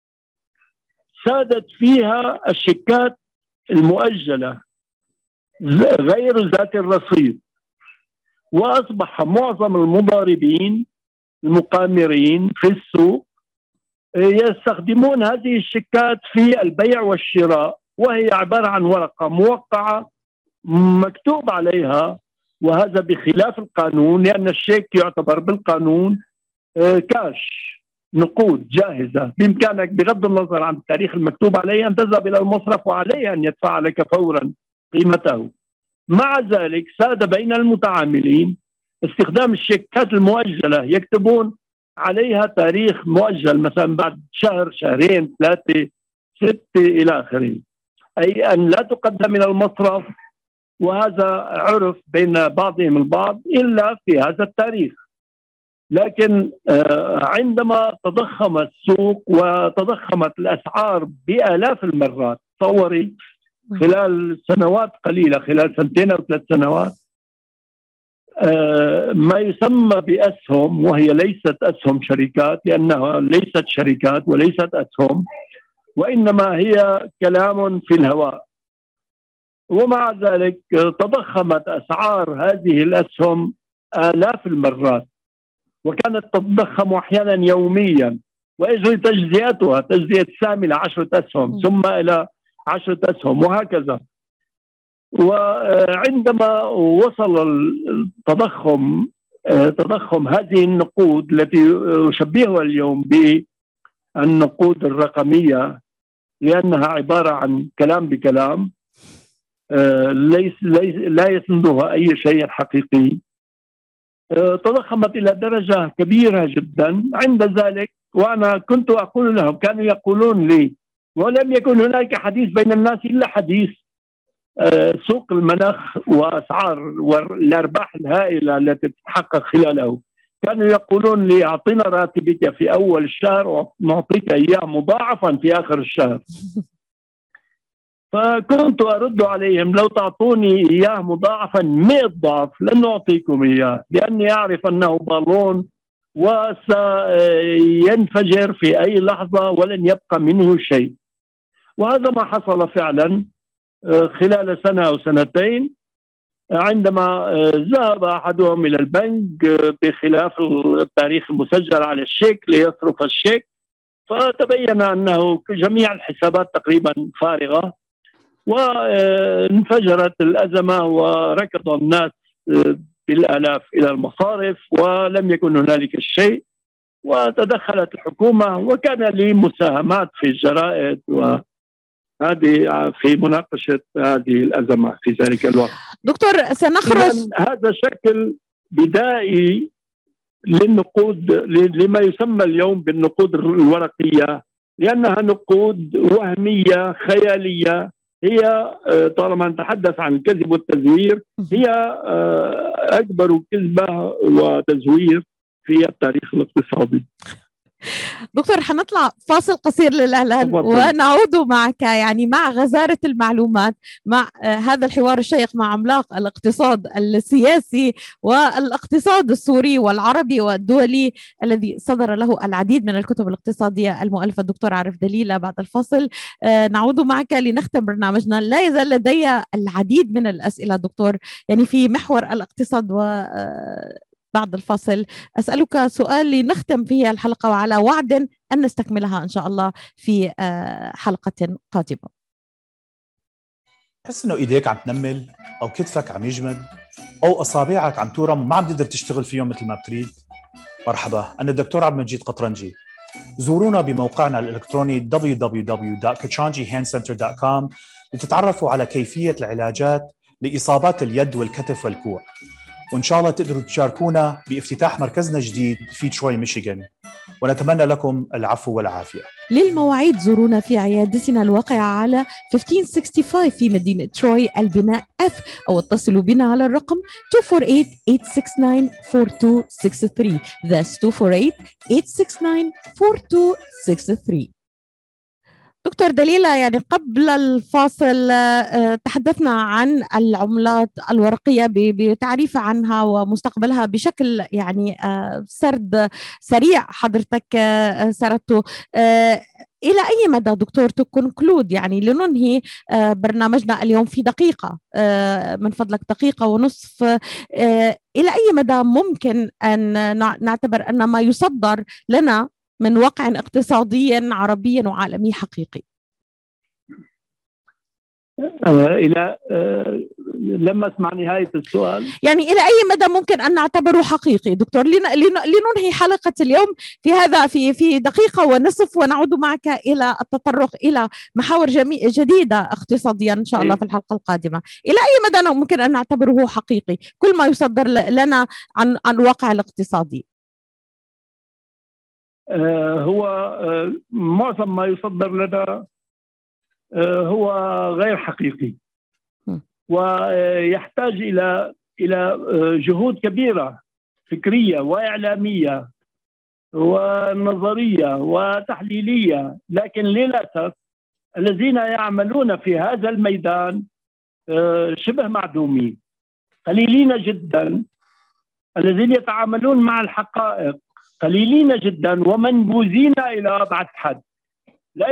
سادت فيها الشيكات المؤجلة غير ذات الرصيد، وأصبح معظم المضاربين المقامرين في السوق يستخدمون هذه الشيكات في البيع والشراء، وهي عبارة عن ورقة موقعة مكتوب عليها، وهذا بخلاف القانون، لأن الشيك يعتبر بالقانون كاش، نقود جاهزة، بإمكانك بغض النظر عن التاريخ المكتوب عليه أن تذهب إلى المصرف وعليه أن يدفع لك فورا قيمته. مع ذلك ساد بين المتعاملين استخدام الشيكات المؤجلة، يكتبون عليها تاريخ مؤجل، مثلا بعد شهر، شهرين، 3، 6 إلى آخره، أي أن لا تقدم إلى المصرف، وهذا عرف بين بعضهم البعض إلا في هذا التاريخ. لكن عندما تضخم السوق وتضخمت الأسعار بآلاف المرات، تصوري خلال سنوات قليلة، خلال 2 أو 3 سنوات، ما يسمى بأسهم، وهي ليست أسهم شركات، لأنها ليست شركات وليست أسهم، وإنما هي كلام في الهواء. ومع ذلك تضخمت أسعار هذه الأسهم آلاف المرات، وكانت تتضخم أحيانا يوميا، ويجري تجزئتها، تجزئة السهم إلى 10 أسهم ثم إلى 10 أسهم وهكذا. وعندما وصل التضخم، تضخم هذه النقود التي أشبهها اليوم بالنقود الرقمية، لأنها عبارة عن كلام بكلام، لا يسندها أي شيء حقيقي، تضخمت إلى درجة كبيرة جدا. عند ذلك وأنا كنت أقول لهم، كانوا يقولون لي، ولم يكن هناك حديث بين الناس إلا حديث سوق المناخ وأسعار والأرباح الهائلة التي تتحقق خلاله، كانوا يقولون لي أعطينا راتبك في أول الشهر ونعطيك إياه مضاعفا في آخر الشهر. فكنت أرد عليهم لو تعطوني إياه مضاعفا 100 ضعف لن أعطيكم إياه، لأني أعرف أنه بالون وسينفجر في أي لحظة ولن يبقى منه شيء. وهذا ما حصل فعلا خلال سنة أو سنتين، عندما ذهب أحدهم إلى البنك بخلاف التاريخ المسجل على الشيك ليصرف الشيك، فتبين أنه جميع الحسابات تقريبا فارغة، وانفجرت الأزمة وركض الناس بالآلاف إلى المصارف ولم يكن هنالك شيء، وتدخلت الحكومة وكان لي مساهمات في الجرائد وهذه في مناقشة هذه الأزمة في ذلك الوقت.
دكتور سنخرج
هذا شكل بدائي للنقود، لما يسمى اليوم بالنقود الورقية، لأنها نقود وهمية خيالية. هي طالما نتحدث عن الكذب والتزوير هي أكبر كذبة وتزوير في التاريخ الاقتصادي.
دكتور حنطلع فاصل قصير للإعلان ونعود معك يعني مع غزارة المعلومات مع هذا الحوار الشيق مع عملاق الاقتصاد السياسي والاقتصاد السوري والعربي والدولي الذي صدر له العديد من الكتب الاقتصادية، المؤلف الدكتور عارف دليلة. بعد الفاصل نعود معك لنختم برنامجنا. لا يزال لدي العديد من الأسئلة دكتور يعني في محور الاقتصاد، بعد الفاصل أسألك سؤال لنختم فيه الحلقة، وعلى وعد أن نستكملها إن شاء الله في حلقة قادمة.
تحس إنه إيديك عم تنمل أو كتفك عم يجمد أو أصابعك عم تورم وما عم تقدر تشتغل فيهم مثل ما بتريد؟ مرحبا، أنا الدكتور عبد المجيد قطرنجي. زورونا بموقعنا الإلكتروني www.kachanjihandcenter.com لتتعرفوا على كيفية العلاجات لإصابات اليد والكتف والكوع، وإن شاء الله تقدروا تشاركونا بافتتاح مركزنا الجديد في تروي ميشيغان، ونتمنى لكم العفو والعافية.
للمواعيد زورونا في عيادتنا الواقعة على 1565 في مدينة تروي البناء F، أو اتصلوا بنا على الرقم 248-869-4263. That's 248-869-4263. دكتور دليلة، يعني قبل الفاصل تحدثنا عن العملات الورقية بتعريف عنها ومستقبلها بشكل يعني سرد سريع حضرتك سردته. إلى أي مدى دكتور تكونكلود، يعني لننهي برنامجنا اليوم في دقيقة من فضلك، دقيقة ونصف، إلى أي مدى ممكن أن نعتبر أن ما يصدر لنا من واقع اقتصادي عربي وعالمي حقيقي؟
لما اسمع نهاية السؤال،
يعني إلى أي مدى ممكن أن نعتبره حقيقي دكتور؟ لننهي حلقة اليوم في هذا في دقيقة ونصف، ونعود معك إلى التطرق إلى محاور جديدة اقتصادية إن شاء الله في الحلقة القادمة. إلى أي مدى ممكن أن نعتبره حقيقي كل ما يصدر لنا عن الواقع الاقتصادي؟
هو معظم ما يصدر لنا هو غير حقيقي، ويحتاج إلى جهود كبيرة فكرية وإعلامية ونظرية وتحليلية، لكن للأسف الذين يعملون في هذا الميدان شبه معدومين، قليلين جدا. الذين يتعاملون مع الحقائق قليلين جدا ومنبوذين إلى أبعد حد. لا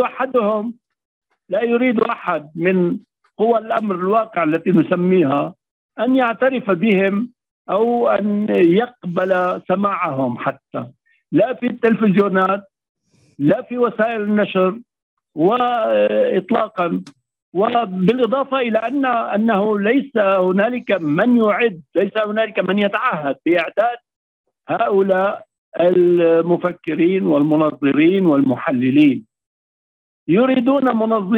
يريد أحد من قوى الأمر الواقع التي نسميها أن يعترف بهم أو أن يقبل سماعهم، حتى لا في التلفزيونات لا في وسائل النشر وإطلاقا. وبالإضافة إلى أنه ليس هنالك من يعد، ليس هنالك من يتعهد بإعداد هؤلاء المفكرين والمنظرين والمحللين. يريدون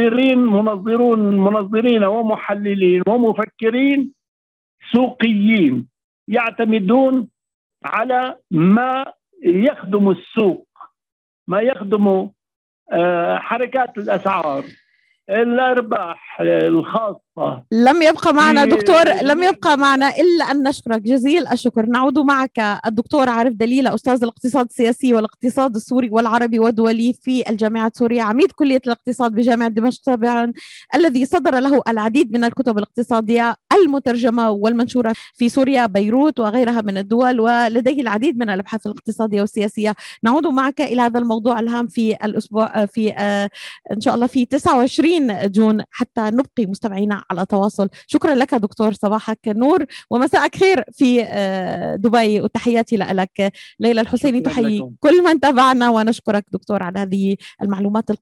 منظرين ومحللين ومفكرين سوقيين يعتمدون على ما يخدم السوق، ما يخدم حركات الأسعار، الأرباح الخاصة
لم يبقى معنا دكتور، لم يبقى معنا إلا أن نشكرك جزيل الشكر. نعود معك الدكتور عارف دليلة، أستاذ الاقتصاد السياسي والاقتصاد السوري والعربي والدولي في الجامعة سوريا، عميد كلية الاقتصاد بجامعة دمشق طبعا، الذي صدر له العديد من الكتب الاقتصادية المترجمة والمنشورة في سوريا، بيروت وغيرها من الدول، ولديه العديد من الأبحاث الاقتصادية والسياسية. نعود معك إلى هذا الموضوع الهام في الأسبوع في إن شاء الله في 29 جون حتى نبقي مستمعينا على تواصل. شكرا لك دكتور، صباحك نور ومساءك خير في دبي، وتحياتي لك. ليلى الحسيني تحيي كل من تابعنا، ونشكرك دكتور على هذه المعلومات